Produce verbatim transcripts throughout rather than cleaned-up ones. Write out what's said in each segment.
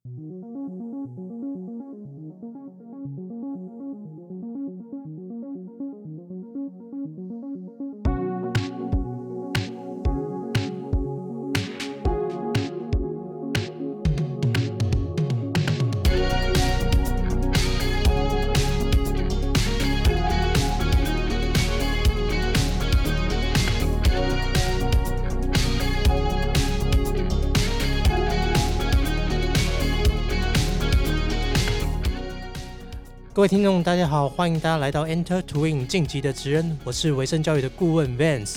各位听众大家好，欢迎大家来到 Enter to Win 晋级的职人，我是维生教育的顾问 Vance。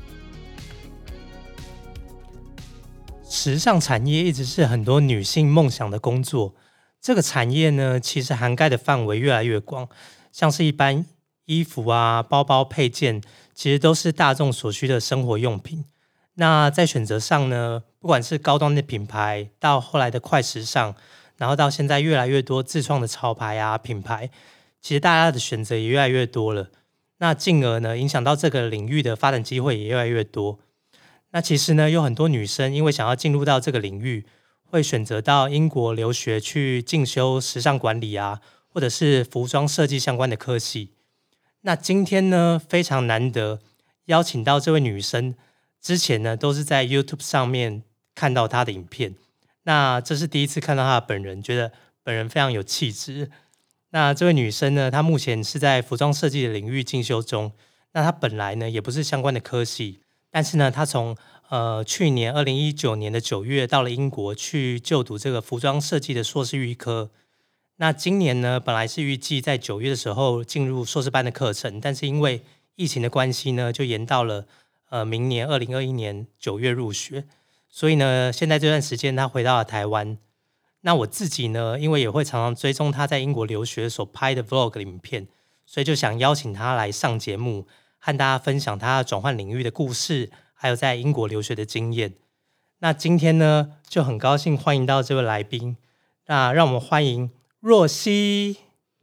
时尚产业一直是很多女性梦想的工作，这个产业呢其实涵盖的范围越来越广，像是一般衣服啊、包包、配件，其实都是大众所需的生活用品。那在选择上呢，不管是高端的品牌到后来的快时尚，然后到现在越来越多自创的潮牌啊品牌，其实大家的选择也越来越多了，那进而呢影响到这个领域的发展机会也越来越多。那其实呢有很多女生因为想要进入到这个领域，会选择到英国留学去进修时尚管理啊，或者是服装设计相关的科系。那今天呢非常难得邀请到这位女生，之前呢都是在 YouTube 上面看到她的影片，那这是第一次看到她的本人，觉得本人非常有气质。那这位女生呢，她目前是在服装设计的领域进修中。那她本来呢也不是相关的科系，但是呢她从呃去年二零一九年的九月到了英国去就读这个服装设计的硕士预科。那今年呢本来是预计在九月的时候进入硕士班的课程，但是因为疫情的关系呢，就延到了呃明年二零二一年九月入学。所以呢现在这段时间他回到了台湾。那我自己呢因为也会常常追踪他在英国留学所拍的 vlog 的影片，所以就想邀请他来上节目，和大家分享他转换领域的故事，还有在英国留学的经验。那今天呢就很高兴欢迎到这位来宾，那让我们欢迎若曦。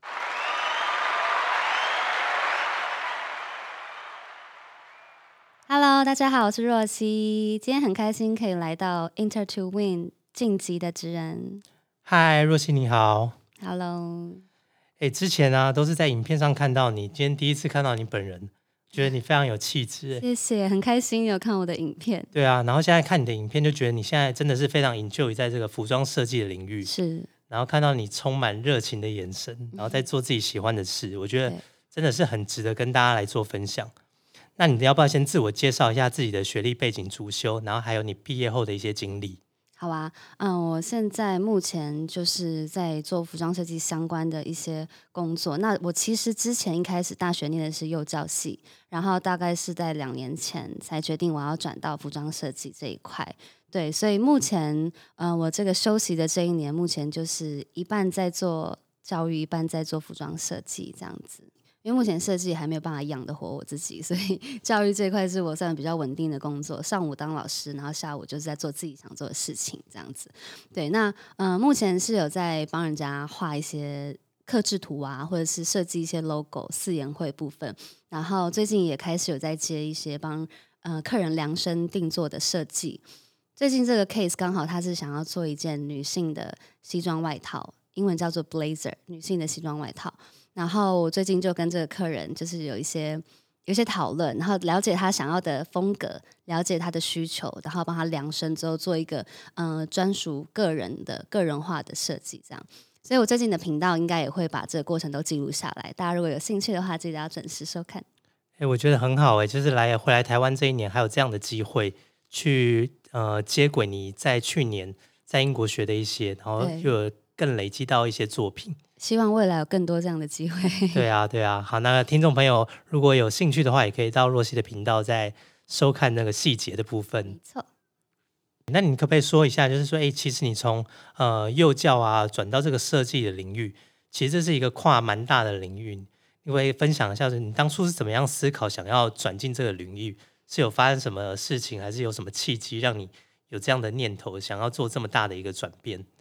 Hello， 大家好，我是若曦。今天很开心可以来到 Enter to Win 晋级的职人。 嗨，若曦你好。 Hello。 欸、之前啊都是在影片上看到你，今天第一次看到你本人，觉得你非常有气质。 谢谢，很开心有看我的影片。 对啊，然后现在看你的影片就觉得你现在真的是非常 enjoy 在这个服装设计的领域。 是。 然后看到你充满热情的眼神，然后在做自己喜欢的事，我觉得真的是很值得跟大家来做分享。那你要不要先自我介绍一下自己的学历背景、主修，然后还有你毕业后的一些经历？ 好啊，嗯，我现在目前就是在做服装设计相关的一些工作。那我其实之前一开始大学念的是幼教系，然后大概是在两年前才决定我要转到服装设计这一块。对，所以目前，呃，我这个休息的这一年，目前就是一半在做教育，一半在做服装设计这样子。因为目前设计还没有办法养得活我自己，所以教育这一块是我算比较稳定的工作。上午当老师，然后下午就是在做自己想做的事情，这样子。对，那呃，目前是有在帮人家画一些客制图啊，或者是设计一些 logo 四言会部分。然后最近也开始有在接一些帮呃客人量身定做的设计。最近这个 case 刚好他是想要做一件女性的西装外套，英文叫做 blazer， 女性的西装外套。然后我最近就跟这个客人就是有一些有一些讨论，然后了解他想要的风格，了解他的需求，然后帮他量身之后做一个呃专属个人的个人化的设计，这样。所以我最近的频道应该也会把这个过程都记录下来，大家如果有兴趣的话，记得要准时收看。 欸、我觉得很好哎、欸，就是来回来台湾这一年，还有这样的机会去呃接轨你在去年在英国学的一些，然后又有更累积到一些作品。 希望未来有更多这样的机会。 对啊对啊，好，那听众朋友如果有兴趣的话，也可以到若曦的频道再收看那个细节的部分。 没错。 那你可不可以说一下，就是说欸、其实你从呃幼教啊转到这个设计的领域，其实这是一个跨蛮大的领域，你会分享一下你当初是怎么样思考想要转进这个领域，是有发生什么事情，还是有什么契机让你有这样的念头想要做这么大的一个转变？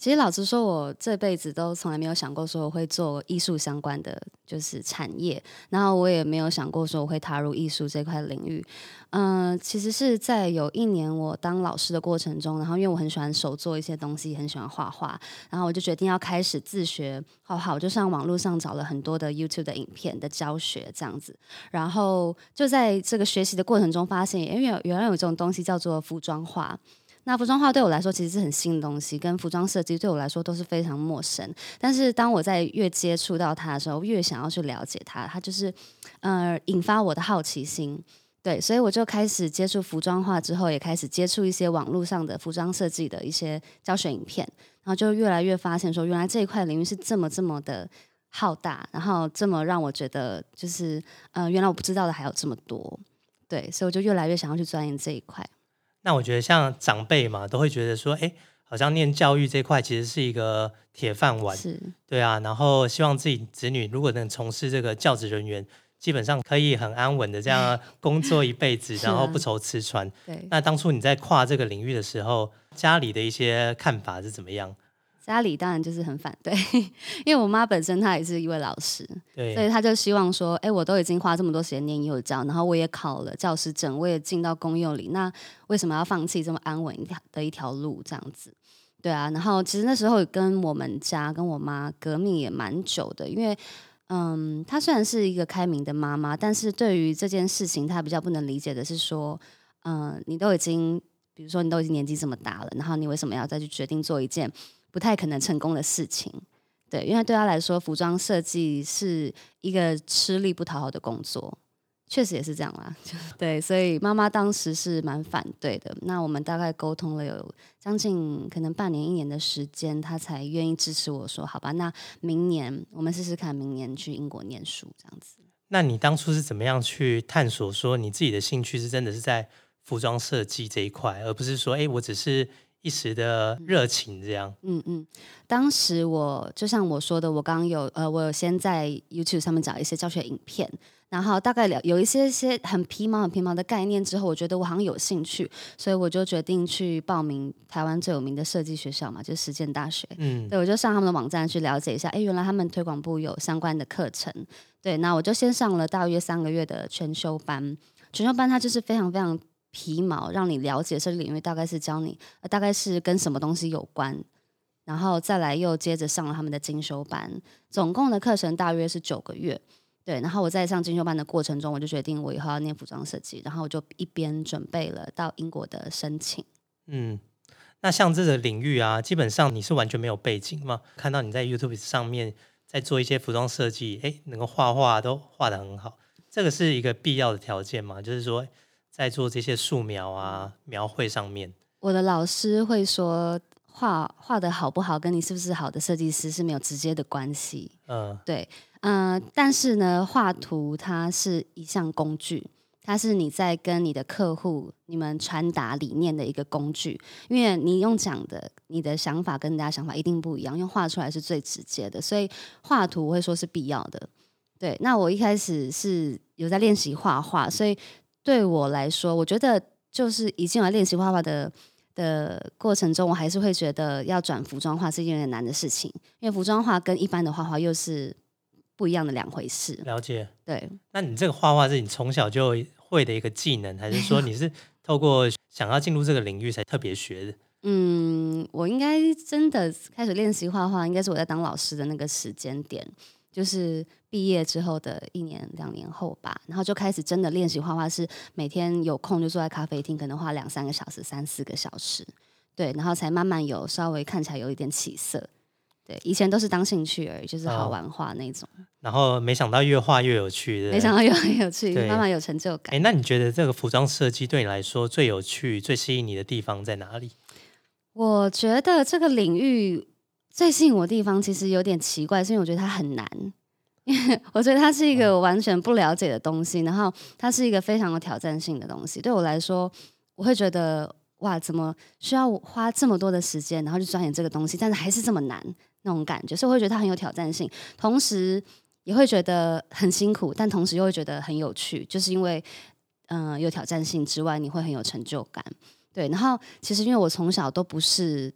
其实老实说，我这辈子都从来没有想过说我会做艺术相关的就是产业，然后我也没有想过说我会踏入艺术这块领域。嗯、呃，其实是在有一年我当老师的过程中，然后因为我很喜欢手做一些东西，很喜欢画画，然后我就决定要开始自学画画，我就上网络上找了很多的 YouTube 的影片的教学这样子，然后就在这个学习的过程中发现，因为原来有这种东西叫做服装画。那服装画对我来说其实是很新的东西，跟服装设计对我来说都是非常陌生。但是当我在越接触到它的时候，越想要去了解它，它就是呃引发我的好奇心。对，所以我就开始接触服装画之后，也开始接触一些网络上的服装设计的一些教学影片，然后就越来越发现说，原来这一块领域是这么这么的浩大，然后这么让我觉得就是呃原来我不知道的还有这么多。对，所以我就越来越想要去钻研这一块。 那我觉得像长辈嘛，都会觉得说，哎，好像念教育这块其实是一个铁饭碗， 是， 对啊，然后希望自己子女如果能从事这个教职人员，基本上可以很安稳的这样工作一辈子， 啊然后不愁吃穿。 对。 那当初你在跨这个领域的时候，家里的一些看法是怎么样？ 家里当然就是很反对，因为我妈本身她也是一位老师， 对， 所以她就希望说，哎，我都已经花这么多时间念幼教，然后我也考了教师证，我也进到公幼里，那为什么要放弃这么安稳一条的一条路这样子？对啊，然后其实那时候跟我们家跟我妈革命也蛮久的，因为嗯，她虽然是一个开明的妈妈，但是对于这件事情，她比较不能理解的是说，嗯，你都已经，比如说你都已经年纪这么大了，然后你为什么要再去决定做一件不太可能成功的事情？对，因为对她来说，服装设计是一个吃力不讨好的工作。确实也是这样啦，对，所以妈妈当时是蛮反对的。那我们大概沟通了有将近可能半年一年的时间，她才愿意支持我说，好吧，那明年我们试试看，明年去英国念书这样子。 那你当初是怎么样去探索说你自己的兴趣是真的是在服装设计这一块，而不是说，哎，我只是一时的热情这样？ 嗯嗯，当时我就像我说的，我刚有呃，我有先在 YouTube 上面找一些教学影片，然后大概了有一些些很皮毛、很皮毛的概念之后，我觉得我好像有兴趣，所以我就决定去报名台湾最有名的设计学校嘛，就是实践大学。 嗯， 对，我就上他们的网站去了解一下，哎，原来他们推广部有相关的课程。对，那我就先上了大约三个月的全修班，全修班它就是非常非常皮毛，让你了解设计领域，大概是教你、呃、大概是跟什么东西有关，然后再来又接着上了他们的精修班，总共的课程大约是九个月。对，然后我在上精修班的过程中，我就决定我以后要念服装设计，然后我就一边准备了到英国的申请。 嗯，那像这个领域啊，基本上你是完全没有背景嘛？看到你在 YouTube 上面在做一些服装设计，哎，能够画画都画得很好，这个是一个必要的条件嘛？就是说，在做这些素描啊、描绘上面， 我的老师会说，画画的好不好，跟你是不是好的设计师是没有直接的关系。 嗯， 对，嗯、呃，但是呢，画图它是一项工具，它是你在跟你的客户你们传达理念的一个工具。因为你用讲的，你的想法跟大家想法一定不一样，用画出来是最直接的，所以画图我会说是必要的。对，那我一开始是有在练习画画，所以对我来说，我觉得就是已经有练习画画的的过程中，我还是会觉得要转服装画是一件有点难的事情，因为服装画跟一般的画画又是不一样的两回事。 了解。 对， 那你这个画画是你从小就会的一个技能，还是说你是透过想要进入这个领域才特别学的？ 嗯，我应该真的开始练习画画，应该是我在当老师的那个时间点，就是毕业之后的一年两年后吧，然后就开始真的练习画画，是每天有空就坐在咖啡厅，可能画两三个小时、三四个小时，对，然后才慢慢有稍微看起来有一点起色。对，以前都是当兴趣而已，就是好玩画那种。 哦，然后没想到越画越有趣，对不对？ 没想到又很有趣， 对慢慢有成就感。 哎，那你觉得这个服装设计对你来说最有趣、最吸引你的地方在哪里？ 我觉得这个领域最吸引我的地方其实有点奇怪，是因为我觉得它很难，因为我觉得它是一个我完全不了解的东西，然后它是一个非常有挑战性的东西。对我来说，我会觉得哇，怎么需要我花这么多的时间，然后去钻研这个东西，但是还是这么难那种感觉，所以我会觉得它很有挑战性，同时也会觉得很辛苦，但同时又会觉得很有趣，就是因为嗯、呃、有挑战性之外，你会很有成就感。对，然后其实因为我从小都不是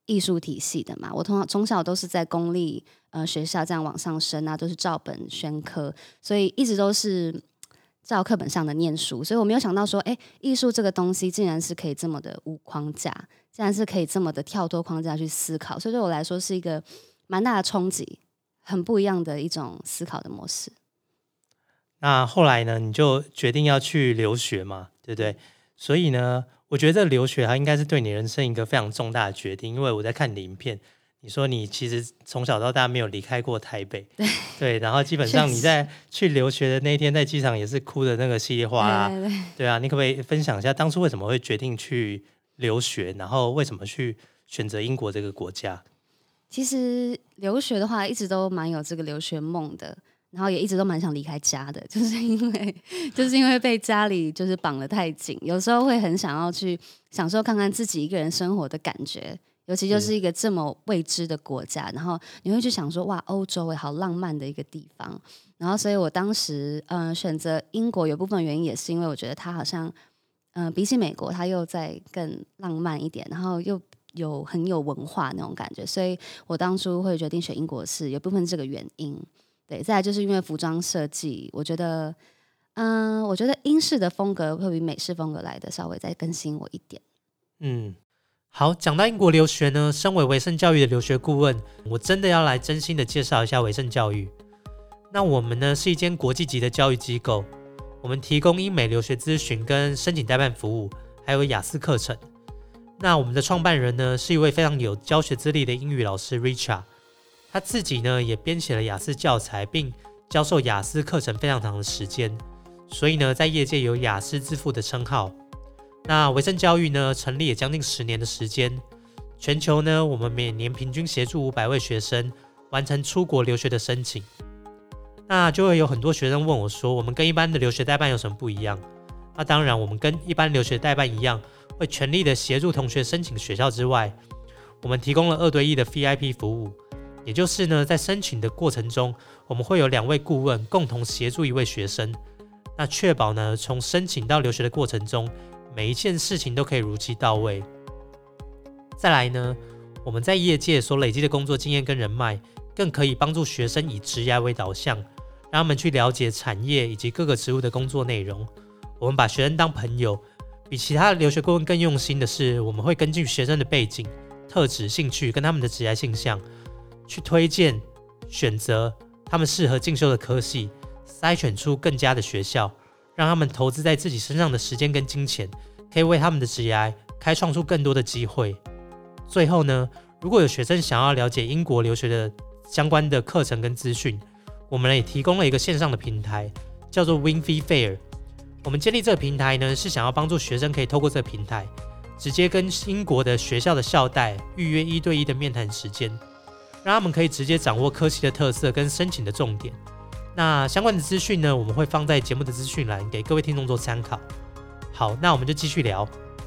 艺术体系的嘛，我从从小都是在公立呃学校这样往上升啊，都是照本宣科，所以一直都是照课本上的念书，所以我没有想到说，哎，艺术这个东西竟然是可以这么的无框架，竟然是可以这么的跳脱框架去思考，所以对我来说是一个蛮大的冲击，很不一样的一种思考的模式。 那后来呢，你就决定要去留学嘛，对不对？所以呢，我觉得这留学它应该是对你人生一个非常重大的决定，因为我在看你的影片，你说你其实从小到大没有离开过台北， 对对，然后基本上你在去留学的那一天，在机场也是哭的那个稀里哗啦， 对对对对啊，你可不可以分享一下当初为什么会决定去留学，然后为什么去选择英国这个国家？ 其实留学的话，一直都蛮有这个留学梦的。然后也一直都蛮想离开家的，就是因为就是因为被家里就是绑得太紧，有时候会很想要去享受看看自己一个人生活的感觉，尤其就是一个这么未知的国家，然后你会去想说哇，欧洲也好浪漫的一个地方。然后所以我当时嗯、呃、选择英国有部分原因也是因为我觉得它好像嗯、呃、比起美国它又再更浪漫一点，然后又有很有文化那种感觉，所以我当初会决定选英国是有部分这个原因。对，再来就是因为服装设计，我觉得，嗯、呃，我觉得英式的风格会比美式风格来的稍微再更吸引我一点。 嗯，好，讲到英国留学呢，身为维盛教育的留学顾问，我真的要来真心的介绍一下维盛教育。那我们呢是一间国际级的教育机构，我们提供英美留学咨询跟申请代办服务，还有雅思课程。那我们的创办人呢是一位非常有教学资历的英语老师 Richard。他自己呢也编写了雅思教材，并教授雅思课程非常长的时间，所以呢在业界有雅思之父的称号。那维盛教育呢成立也将近十年的时间，全球呢我们每年平均协助五百位学生完成出国留学的申请。那就会有很多学生问我说，我们跟一般的留学代办有什么不一样？那当然我们跟一般留学代办一样，会全力的协助同学申请学校之外，我们提供了二对一的 V I P 服务，也就是呢，在申请的过程中，我们会有两位顾问共同协助一位学生，那确保呢，从申请到留学的过程中，每一件事情都可以如期到位。再来呢，我们在业界所累积的工作经验跟人脉，更可以帮助学生以职涯为导向，让他们去了解产业以及各个职务的工作内容。我们把学生当朋友，比其他的留学顾问更用心的是，我们会根据学生的背景、特质、兴趣跟他们的职业倾向，去推荐、选择他们适合进修的科系，筛选出更佳的学校，让他们投资在自己身上的时间跟金钱，可以为他们的职业开创出更多的机会。最后呢，如果有学生想要了解英国留学的相关的课程跟资讯，我们也提供了一个线上的平台，叫做 Winfrey Fair。我们建立这个平台呢，是想要帮助学生可以透过这个平台，直接跟英国的学校的校代预约一对一的面谈时间，让他们可以直接掌握科系的特色跟申请的重点。那相关的资讯呢，我们会放在节目的资讯栏给各位听众做参考。好，那我们就继续聊。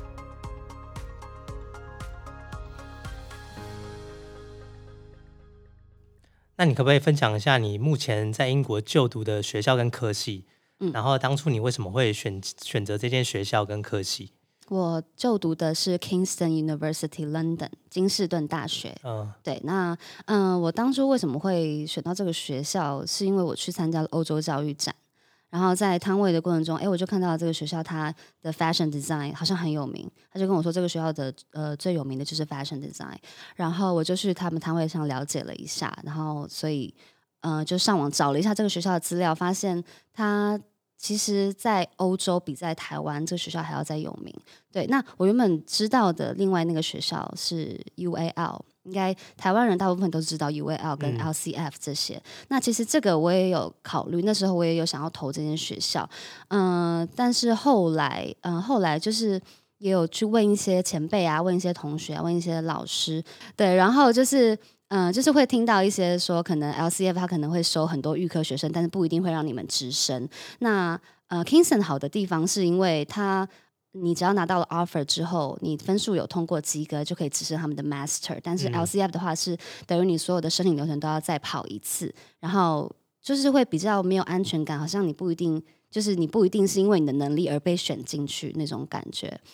那你可不可以分享一下你目前在英国就读的学校跟科系？嗯、然后当初你为什么会选选择这间学校跟科系？ 我就读的是 Kingston University London 金士顿大学。嗯，对，那嗯、呃，我当初为什么会选到这个学校，是因为我去参加了欧洲教育展，然后在摊位的过程中，哎，我就看到了这个学校它的 fashion design 好像很有名，他就跟我说这个学校的呃最有名的就是 fashion design， 然后我就去他们摊位上了解了一下，然后所以呃就上网找了一下这个学校的资料，发现它其实在欧洲比在台湾这个学校还要再有名。对，那我原本知道的另外那个学校是 U A L， 应该台湾人大部分都知道 U A L 跟 L C F 这些、嗯、那其实这个我也有考虑，那时候我也有想要投这间学校，嗯、呃，但是后来嗯、呃，后来就是也有去问一些前辈啊，问一些同学啊，问一些老师，对，然后就是嗯、呃，就是会听到一些说，可能 L C F 它可能会收很多预科学生，但是不一定会让你们直升。那呃 Kingston 好的地方是因为它，你只要拿到了 offer 之后，你分数有通过及格，就可以直升他们的 master。但是 L C F 的话是等于你所有的申请流程都要再跑一次，然后就是会比较没有安全感，好像你不一定就是你不一定是因为你的能力而被选进去那种感觉。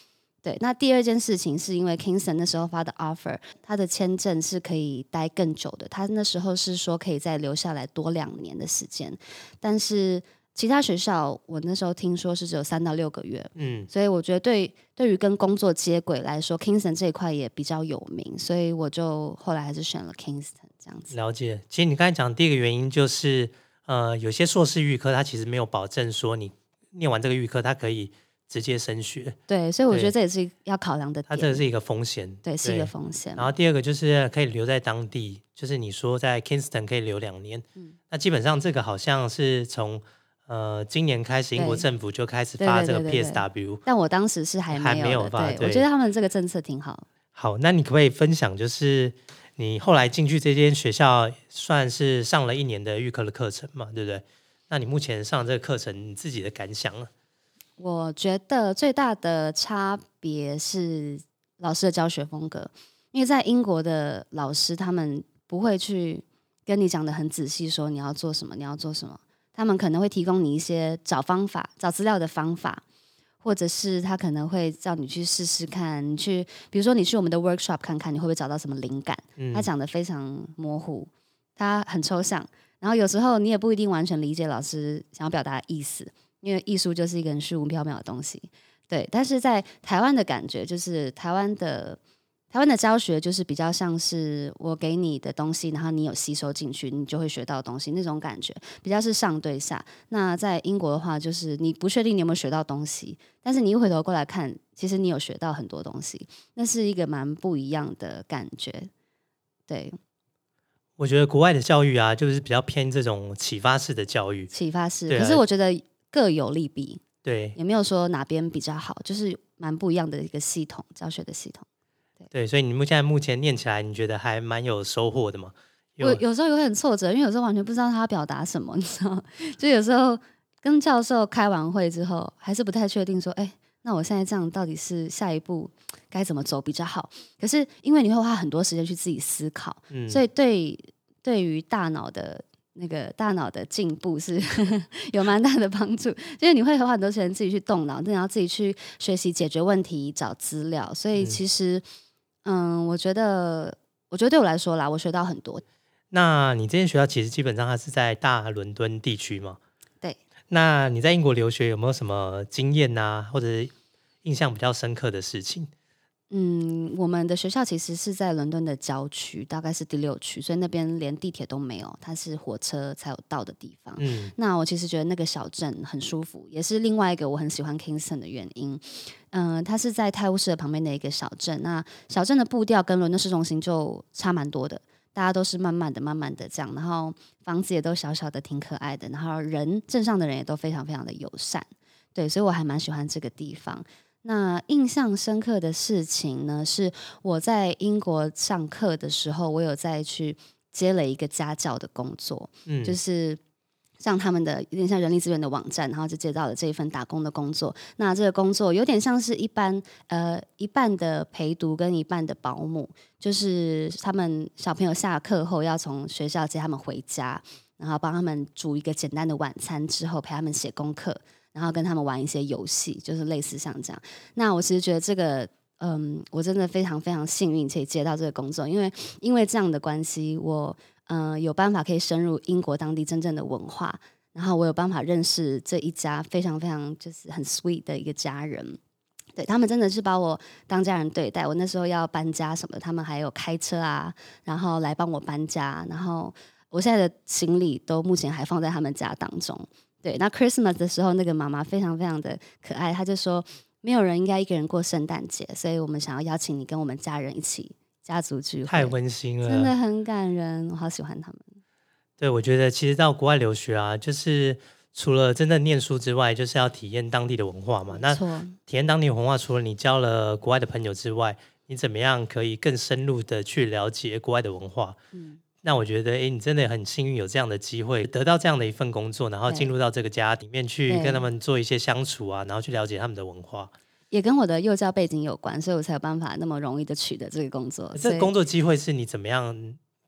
对，那第二件事情是因为 Kingston 那时候发的 offer， 他的签证是可以待更久的，他那时候是说可以再留下来多两年的时间，但是其他学校我那时候听说是只有三到六个月，嗯，所以我觉得对对于跟工作接轨来说 ，Kingston 这一块也比较有名，所以我就后来还是选了 Kingston 这样子。 了解，其实你刚才讲的第一个原因就是，呃，有些硕士预科它其实没有保证说你念完这个预科它可以直接升学， 对，所以我觉得这也是要考量的点， 它这是一个风险， 对，是一个风险。 然后第二个就是可以留在当地，就是你说在 Kingston 可以留两年，嗯，那基本上这个好像是从呃今年开始，英国政府就开始发这个 P S W， 但我当时是还没有的， 还没有发， 对，对我觉得他们这个政策挺好。 好，那你可不可以分享，就是你后来进去这间学校，算是上了一年的预科的课程嘛，对不对？那你目前上这个课程，你自己的感想呢？ 我觉得最大的差别是老师的教学风格，因为在英国的老师他们不会去跟你讲的很仔细，说你要做什么，你要做什么，他们可能会提供你一些找方法、找资料的方法，或者是他可能会叫你去试试看，你去，比如说你去我们的 workshop 看看，你会不会找到什么灵感？嗯、他讲的非常模糊，他很抽象，然后有时候你也不一定完全理解老师想要表达的意思。因为艺术就是一个很虚无缥缈的东西，对。但是在台湾的感觉，就是台湾的台湾的教学，就是比较像是我给你的东西，然后你有吸收进去，你就会学到东西那种感觉，比较是上对下。那在英国的话，就是你不确定你有没有学到东西，但是你一回头过来看，其实你有学到很多东西，那是一个蛮不一样的感觉，对。 我觉得国外的教育啊，就是比较偏这种启发式的教育， 启发式。啊、可是我觉得各有利弊， 对， 也没有说哪边比较好，就是蛮不一样的一个系统，教学的系统。 对，对，所以你们现在目前念起来，你觉得还蛮有收获的吗？ 我有时候有点挫折，因为有时候完全不知道他要表达什么，你知道，就有时候跟教授开完会之后，还是不太确定说，哎，那我现在这样到底是下一步该怎么走比较好？可是因为你会花很多时间去自己思考，嗯、所以对对于大脑的。那个大脑的进步是有蛮大的帮助，就是你会花很多时间自己去动脑，然后自己去学习解决问题、找资料。所以其实，嗯，嗯我觉得，我觉得对我来说啦，我学到很多。 那你这间学校其实基本上它是在大伦敦地区吗？ 对。 那你在英国留学有没有什么经验啊，或者印象比较深刻的事情？ 嗯，我们的学校其实是在伦敦的郊区，大概是第六区，所以那边连地铁都没有，它是火车才有到的地方。嗯，那我其实觉得那个小镇很舒服，也是另外一个我很喜欢 Kingston 的原因。嗯、呃，它是在泰晤士河旁边的一个小镇，那小镇的步调跟伦敦市中心就差蛮多的，大家都是慢慢的、慢慢的这样，然后房子也都小小的，挺可爱的，然后人镇上的人也都非常非常的友善，对，所以我还蛮喜欢这个地方。那印象深刻的事情呢，是我在英国上课的时候，我有再去接了一个家教的工作，嗯，就是像他们的有点像人力资源的网站，然后就接到了这一份打工的工作。那这个工作有点像是一般呃一半的陪读跟一半的保姆，就是他们小朋友下课后要从学校接他们回家，然后帮他们煮一个简单的晚餐之后，陪他们写功课。然后跟他们玩一些游戏，就是类似像这样。那我其实觉得这个，嗯，我真的非常非常幸运可以接到这个工作，因为因为这样的关系，我嗯、呃、有办法可以深入英国当地真正的文化，然后我有办法认识这一家非常非常就是很 sweet 的一个家人。对，他们真的是把我当家人对待。我那时候要搬家什么的，他们还有开车啊，然后来帮我搬家。然后我现在的行李都目前还放在他们家当中。对，那 Christmas 的时候，那个妈妈非常非常的可爱，她就说没有人应该一个人过圣诞节，所以我们想要邀请你跟我们家人一起家族聚会， 太温馨了， 真的很感人，我好喜欢他们。 对，我觉得其实到国外留学啊，就是除了真的念书之外，就是要体验当地的文化嘛。那体验当地的文化，除了你交了国外的朋友之外，你怎么样可以更深入的去了解国外的文化？嗯。那我觉得，哎，你真的很幸运有这样的机会，得到这样的一份工作，然后进入到这个家里面去跟他们做一些相处啊，然后去了解他们的文化， 也跟我的幼教背景有关，所以我才有办法那么容易的取得这个工作。 这个工作机会是你怎么样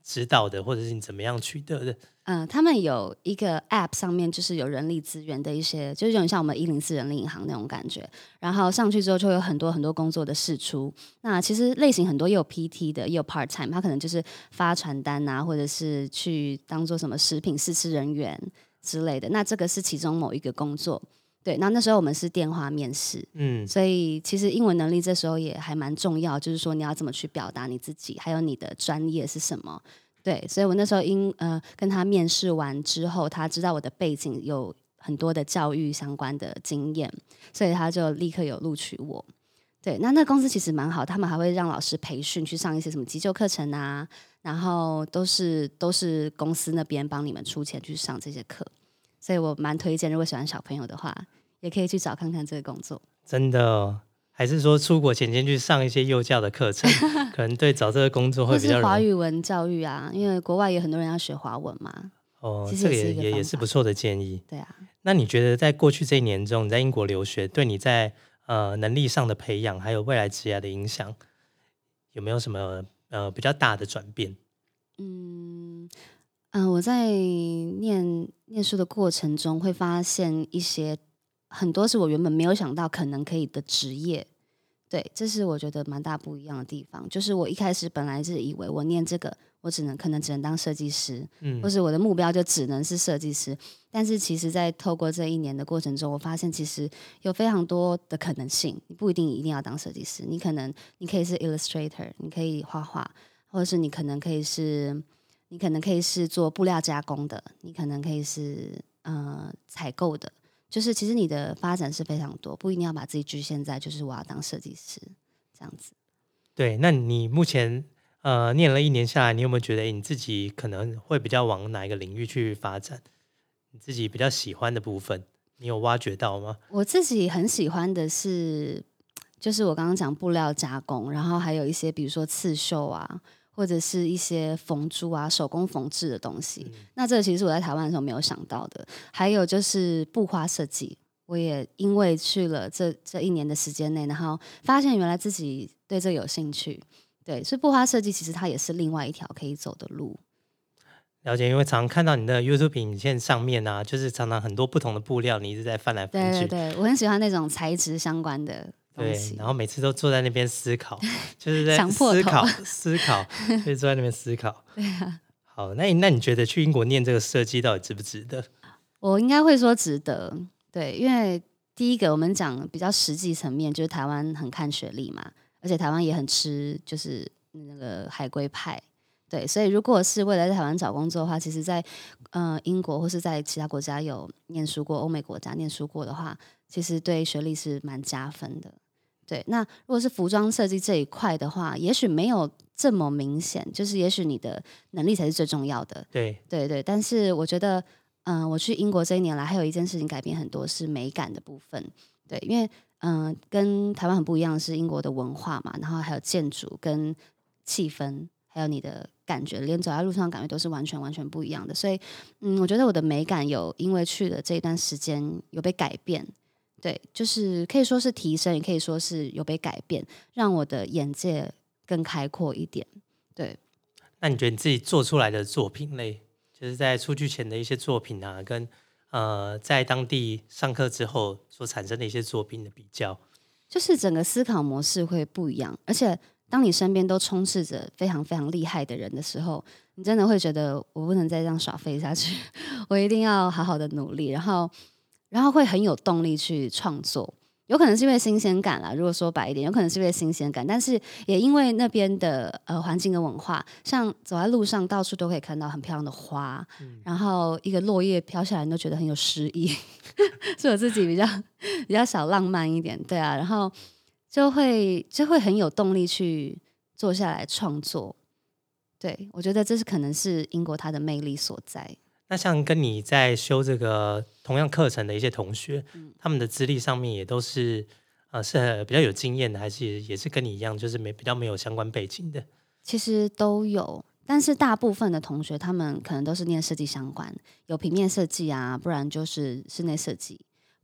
指导的，或者是你怎么样取得的？ 嗯、呃，他们有一个 App 上面就是有人力资源的一些，就是有点像我们一零四人力银行那种感觉。然后上去之后就会有很多很多工作的释出。那其实类型很多，也有 P T 的，也有 part time， 他可能就是发传单啊，或者是去当做什么食品试吃人员之类的。那这个是其中某一个工作。对，那那时候我们是电话面试，嗯，所以其实英文能力这时候也还蛮重要，就是说你要怎么去表达你自己，还有你的专业是什么。对，所以我那时候因呃跟他面试完之后，他知道我的背景有很多的教育相关的经验，所以他就立刻有录取我。对，那那公司其实蛮好，他们还会让老师培训去上一些什么急救课程啊，然后都是都是公司那边帮你们出钱去上这些课，所以我蛮推荐，如果喜欢小朋友的话，也可以去找看看这个工作。 真的。还是说出国前先去上一些幼教的课程，可能对找这个工作会比较容易。 或是华语文教育啊，因为国外有很多人要学华文嘛。 哦， 其实这个也也是一个方法也也是不错的建议。 对啊。 那你觉得在过去这一年中，你在英国留学，对你在呃能力上的培养，还有未来职业的影响，有没有什么呃比较大的转变？ 嗯嗯、呃，我在念念书的过程中，会发现一些很多是我原本没有想到可能可以的职业。对，这是我觉得蛮大不一样的地方。就是我一开始本来是以为我念这个，我只能可能只能当设计师，嗯，或是我的目标就只能是设计师。但是其实，在透过这一年的过程中，我发现其实有非常多的可能性。你不一定一定要当设计师，你可能你可以是 illustrator， 你可以画画，或者是你可能可以是，你可能可以是做布料加工的，你可能可以是呃采购的。就是其实你的发展是非常多，不一定要把自己局限在就是我要当设计师这样子。 对，那你目前呃念了一年下来，你有没有觉得你自己可能会比较往哪一个领域去发展？你自己比较喜欢的部分，你有挖掘到吗？ 我自己很喜欢的是，就是我刚刚讲布料加工，然后还有一些比如说刺绣啊，或者是一些缝珠啊，手工缝制的东西。嗯、那这个其实是我在台湾的时候没有想到的。还有就是布花设计，我也因为去了这这一年的时间内，然后发现原来自己对这有兴趣。对，所以布花设计其实它也是另外一条可以走的路。 了解，因为常看到你的 YouTube 影片上面啊，就是常常很多不同的布料，你一直在翻来翻去。 对对对，我很喜欢那种材质相关的东西。 对，然后每次都坐在那边思考，就是在思考思考，所以坐在那边思考。 对啊。 好，那你那你觉得去英国念这个设计到底值不值得？ 我应该会说值得。对，因为第一个我们讲比较实际层面，就是台湾很看学历嘛，而且台湾也很吃就是那个海归派。对，所以如果是未来在台湾找工作的话，其实在呃英国或是在其他国家有念书过，欧美国家念书过的话，其实对学历是蛮加分的。对，那如果是服装设计这一块的话，也许没有这么明显，就是也许你的能力才是最重要的。 对对对，但是我觉得，嗯、呃，我去英国这一年来，还有一件事情改变很多，是美感的部分。对，因为嗯、呃，跟台湾很不一样的是英国的文化嘛，然后还有建筑跟气氛，还有你的感觉，连走在路上感觉都是完全完全不一样的。所以，嗯，我觉得我的美感有因为去了这一段时间有被改变。对，就是可以说是提升，也可以说是有被改变，让我的眼界更开阔一点。对， 那你觉得你自己做出来的作品类，就是在出去前的一些作品啊，跟呃在当地上课之后所产生的一些作品的比较， 就是整个思考模式会不一样，而且当你身边都充斥着非常非常厉害的人的时候，你真的会觉得我不能再这样耍废下去，我一定要好好的努力，然后。然后会很有动力去创作，有可能是因为新鲜感啦。如果说白一点，有可能是因为新鲜感，但是也因为那边的呃环境跟文化，像走在路上到处都可以看到很漂亮的花，嗯、然后一个落叶飘下来，你都觉得很有诗意。是我自己比较比较小浪漫一点，对啊，然后就会就会很有动力去坐下来创作。对，我觉得这是可能是英国它的魅力所在。 那像跟你在修这个同样课程的一些同学，嗯、他们的资历上面也都是呃是比较有经验的，还是也是跟你一样，就是没比较没有相关背景的？ 其实都有，但是大部分的同学他们可能都是念设计相关，有平面设计啊，不然就是室内设计，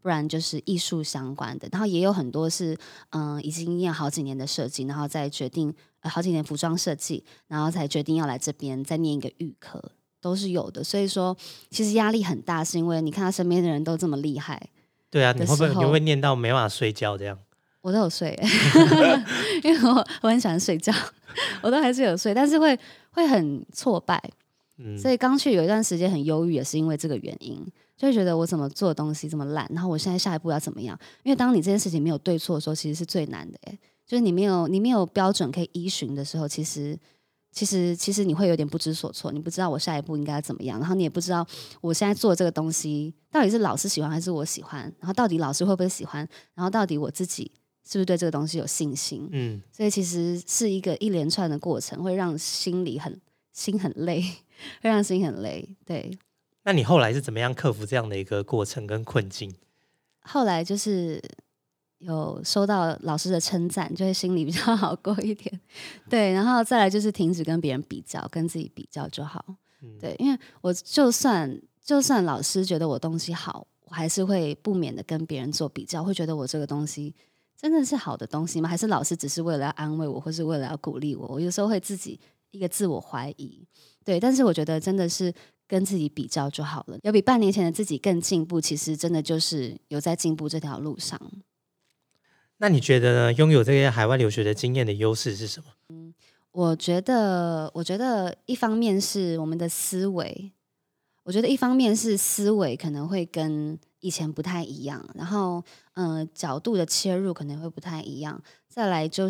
不然就是艺术相关的，然后也有很多是嗯、呃、已经念好几年的设计，然后再决定、呃、好几年服装设计，然后才决定要来这边再念一个预科，都是有的。所以说其实压力很大，是因为你看他身边的人都这么厉害。 对啊，你会不会你会不会念到没办法睡觉这样？ 我都有睡、欸、因为我我很喜欢睡觉，我都还是有睡，但是会会很挫败。嗯、所以刚去有一段时间很忧郁，也是因为这个原因，就会觉得我怎么做的东西这么烂，然后我现在下一步要怎么样？因为当你这件事情没有对错的时候，其实是最难的、欸、就是你没有你没有标准可以依循的时候，其实其实其实你会有点不知所措，你不知道我下一步应该怎么样，然后你也不知道我现在做这个东西到底是老师喜欢还是我喜欢，然后到底老师会不会喜欢，然后到底我自己是不是对这个东西有信心？嗯，所以其实是一个一连串的过程，会让心里很心很累，会让心很累。对， 那你后来是怎么样克服这样的一个过程跟困境？ 后来就是有收到老师的称赞，就会心里比较好过一点。对，然后再来就是停止跟别人比较，跟自己比较就好。嗯、对，因为我就算就算老师觉得我东西好，我还是会不免的跟别人做比较，会觉得我这个东西真的是好的东西吗？还是老师只是为了要安慰我，或是为了要鼓励我？我有时候会自己一个自我怀疑。对，但是我觉得真的是跟自己比较就好了，有比半年前的自己更进步，其实真的就是有在进步这条路上。 那你觉得呢？拥有这些海外留学的经验的优势是什么？ 嗯，我觉得，我觉得一方面是我们的思维，我觉得一方面是思维可能会跟以前不太一样，然后呃角度的切入可能会不太一样。再来就是，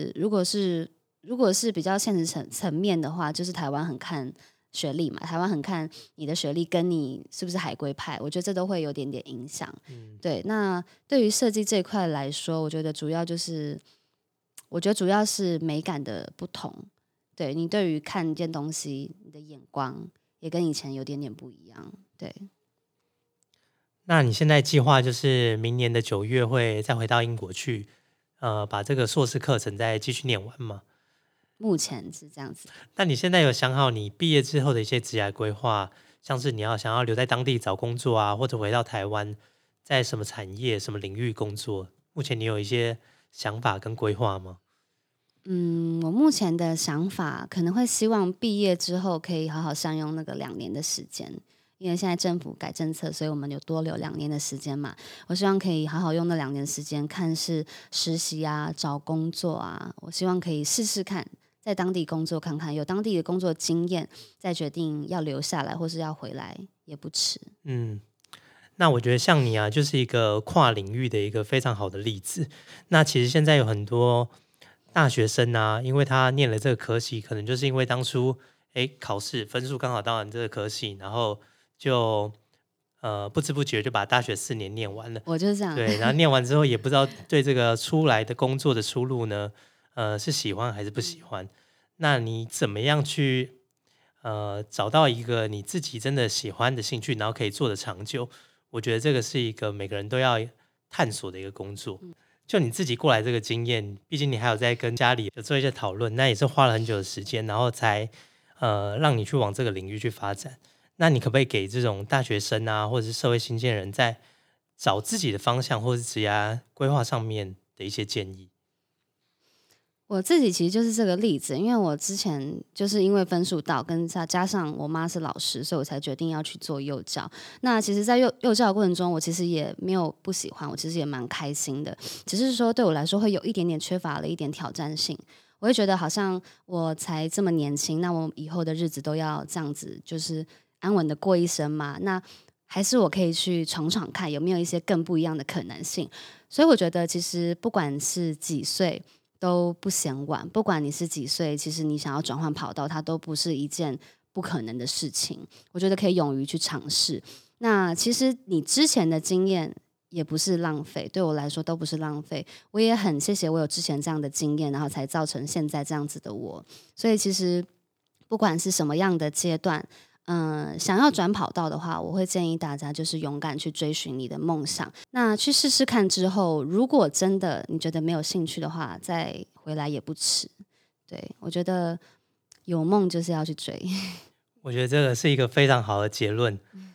如果是如果是比较现实层层面的话，就是台湾很看学历嘛，台湾很看你的学历跟你是不是海归派，我觉得这都会有点点影响。嗯、对，那对于设计这一块来说，我觉得主要就是，我觉得主要是美感的不同。对，你对于看一件东西，你的眼光也跟以前有点点不一样。对。 那你现在计划就是明年的九月会再回到英国去，呃，把这个硕士课程再继续念完吗？ 目前是这样子。 那你现在有想好你毕业之后的一些职业规划，像是你要想要留在当地找工作啊，或者回到台湾，在什么产业、什么领域工作？目前你有一些想法跟规划吗？ 嗯，我目前的想法可能会希望毕业之后可以好好善用那个两年的时间，因为现在政府改政策，所以我们有多留两年的时间嘛。我希望可以好好用那两年时间，看是实习啊、找工作啊，我希望可以试试看，在当地工作看看，有当地的工作经验，再决定要留下来或是要回来也不迟。 嗯，那我觉得像你啊，就是一个跨领域的一个非常好的例子。那其实现在有很多大学生啊，因为他念了这个科系，可能就是因为当初哎考试分数刚好到了这个科系，然后就呃不知不觉就把大学四年念完了。 我就是这样。 对，然后念完之后也不知道对这个出来的工作的出路呢，呃是喜欢还是不喜欢。那你怎么样去呃找到一个你自己真的喜欢的兴趣，然后可以做的长久？我觉得这个是一个每个人都要探索的一个工作。嗯，就你自己过来这个经验，毕竟你还有在跟家里有做一些讨论，那也是花了很久的时间，然后才呃让你去往这个领域去发展。那你可不可以给这种大学生啊，或者是社会新鲜人在找自己的方向或是职业规划上面的一些建议？ 我自己其实就是这个例子，因为我之前就是因为分数到，跟加上我妈是老师，所以我才决定要去做幼教。那其实，在幼幼教的过程中，我其实也没有不喜欢，我其实也蛮开心的，只是说对我来说会有一点点缺乏了一点挑战性。我会觉得好像我才这么年轻，那我以后的日子都要这样子，就是安稳的过一生嘛？那还是我可以去闯闯看，有没有一些更不一样的可能性？所以我觉得，其实不管是几岁，都不嫌晚，不管你是几岁，其实你想要转换跑道，它都不是一件不可能的事情。我觉得可以勇于去尝试。那其实你之前的经验也不是浪费，对我来说都不是浪费。我也很谢谢我有之前这样的经验，然后才造成现在这样子的我。所以其实不管是什么样的阶段，嗯，想要转跑道的话，我会建议大家就是勇敢去追寻你的梦想。那去试试看之后，如果真的你觉得没有兴趣的话，再回来也不迟。对，我觉得有梦就是要去追。 我觉得这个是一个非常好的结论。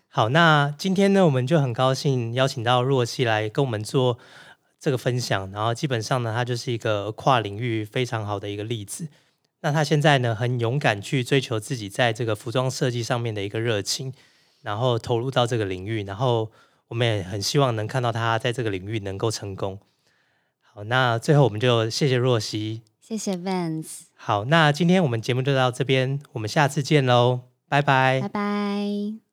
好，那今天呢，我们就很高兴邀请到若曦来跟我们做这个分享，然后基本上呢，他就是一个跨领域非常好的一个例子。那他现在呢，很勇敢去追求自己在这个服装设计上面的一个热情，然后投入到这个领域，然后我们也很希望能看到他在这个领域能够成功。好，那最后我们就谢谢若曦， 谢谢 Vance， 好，那今天我们节目就到这边，我们下次见喽，拜拜。 拜拜。